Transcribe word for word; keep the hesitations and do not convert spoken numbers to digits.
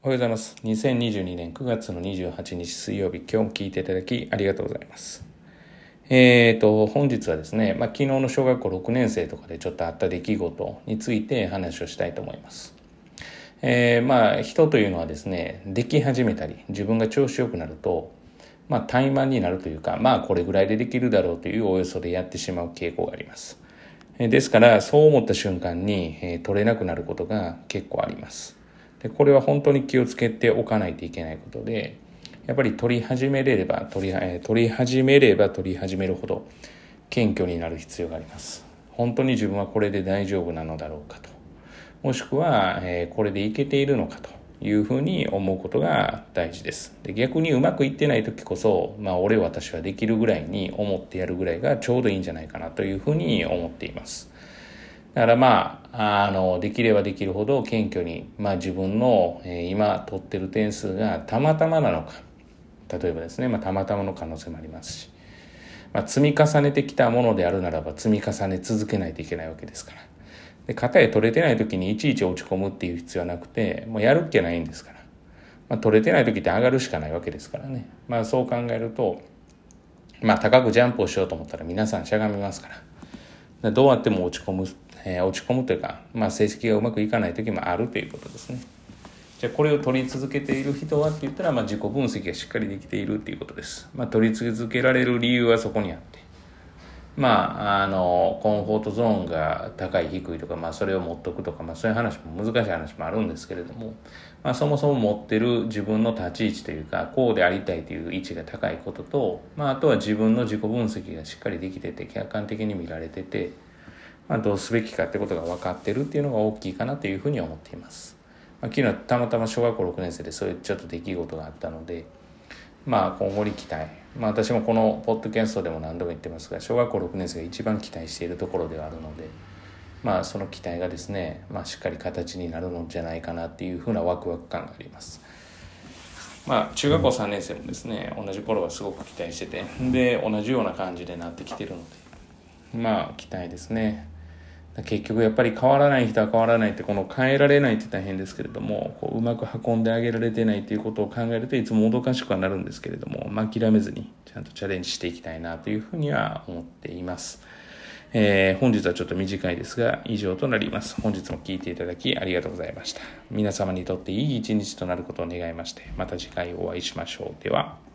おはようございます。にせんにじゅうにねんくがつのにじゅうはちにち水曜日、今日も聞いていただきありがとうございます。えーと、本日はですね、まあ、昨日の小学校ろくねん生とかでちょっとあった出来事について話をしたいと思います。えー、まあ、人というのはですね、でき始めたり、自分が調子よくなると、まあ、怠慢になるというか、まあ、これぐらいでできるだろうというおよそでやってしまう傾向があります。ですから、そう思った瞬間に、えー、取れなくなることが結構あります。でこれは本当に気をつけておかないといけないことで、やっぱり取り始めれれば取り、えー、取り始めれば取り始めるほど謙虚になる必要があります。本当に自分はこれで大丈夫なのだろうかと、もしくは、えー、これでいけているのかというふうに思うことが大事です。で逆にうまくいってない時こそ、まあ、俺私はできるぐらいに思ってやるぐらいがちょうどいいんじゃないかなというふうに思っています。だからまあ、あの、できればできるほど謙虚に、まあ自分の、えー、今取ってる点数がたまたまなのか。例えばですね、まあたまたまの可能性もありますし、まあ積み重ねてきたものであるならば積み重ね続けないといけないわけですから。で、片や取れてない時にいちいち落ち込むっていう必要はなくて、もうやるっきゃないんですから。まあ取れてない時って上がるしかないわけですからね。まあそう考えると、まあ高くジャンプをしようと思ったら皆さんしゃがみますから。どうやっても落ち込む、えー、落ち込むというか、まあ、成績がうまくいかない時もあるということですね。じゃあこれを取り続けている人はって言ったら、まあ、自己分析がしっかりできているということです。まあ、取り続けられる理由はそこにあって、まあ、あのコンフォートゾーンが高い低いとか、まあ、それを持っとくとか、まあ、そういう話も難しい話もあるんですけれども、まあ、そもそも持ってる自分の立ち位置というか、こうでありたいという位置が高いことと、まあ、あとは自分の自己分析がしっかりできてて、客観的に見られてて、まあ、どうすべきかってことが分かってるっていうのが大きいかなというふうに思っています。まあ、昨日たまたま小学校ろくねん生でそういうちょっと出来事があったので、まあ今後に期待、まあ私もこのポッドキャストでも何度も言ってますが、小学校ろくねん生が一番期待しているところではあるので、まあその期待がですね、まあしっかり形になるのじゃないかなっていうふうなワクワク感があります。まあ中学校さんねん生もですね、同じ頃はすごく期待してて、で同じような感じでなってきてるので、まあ期待ですね。結局やっぱり変わらない人は変わらないって、この変えられないって大変ですけれども、こううまく運んであげられてないということを考えるといつももどかしくはなるんですけれども、まあ、諦めずにちゃんとチャレンジしていきたいなというふうには思っています。えー、本日はちょっと短いですが以上となります。本日も聞いていただきありがとうございました。皆様にとっていい一日となることを願いまして、また次回お会いしましょう。では。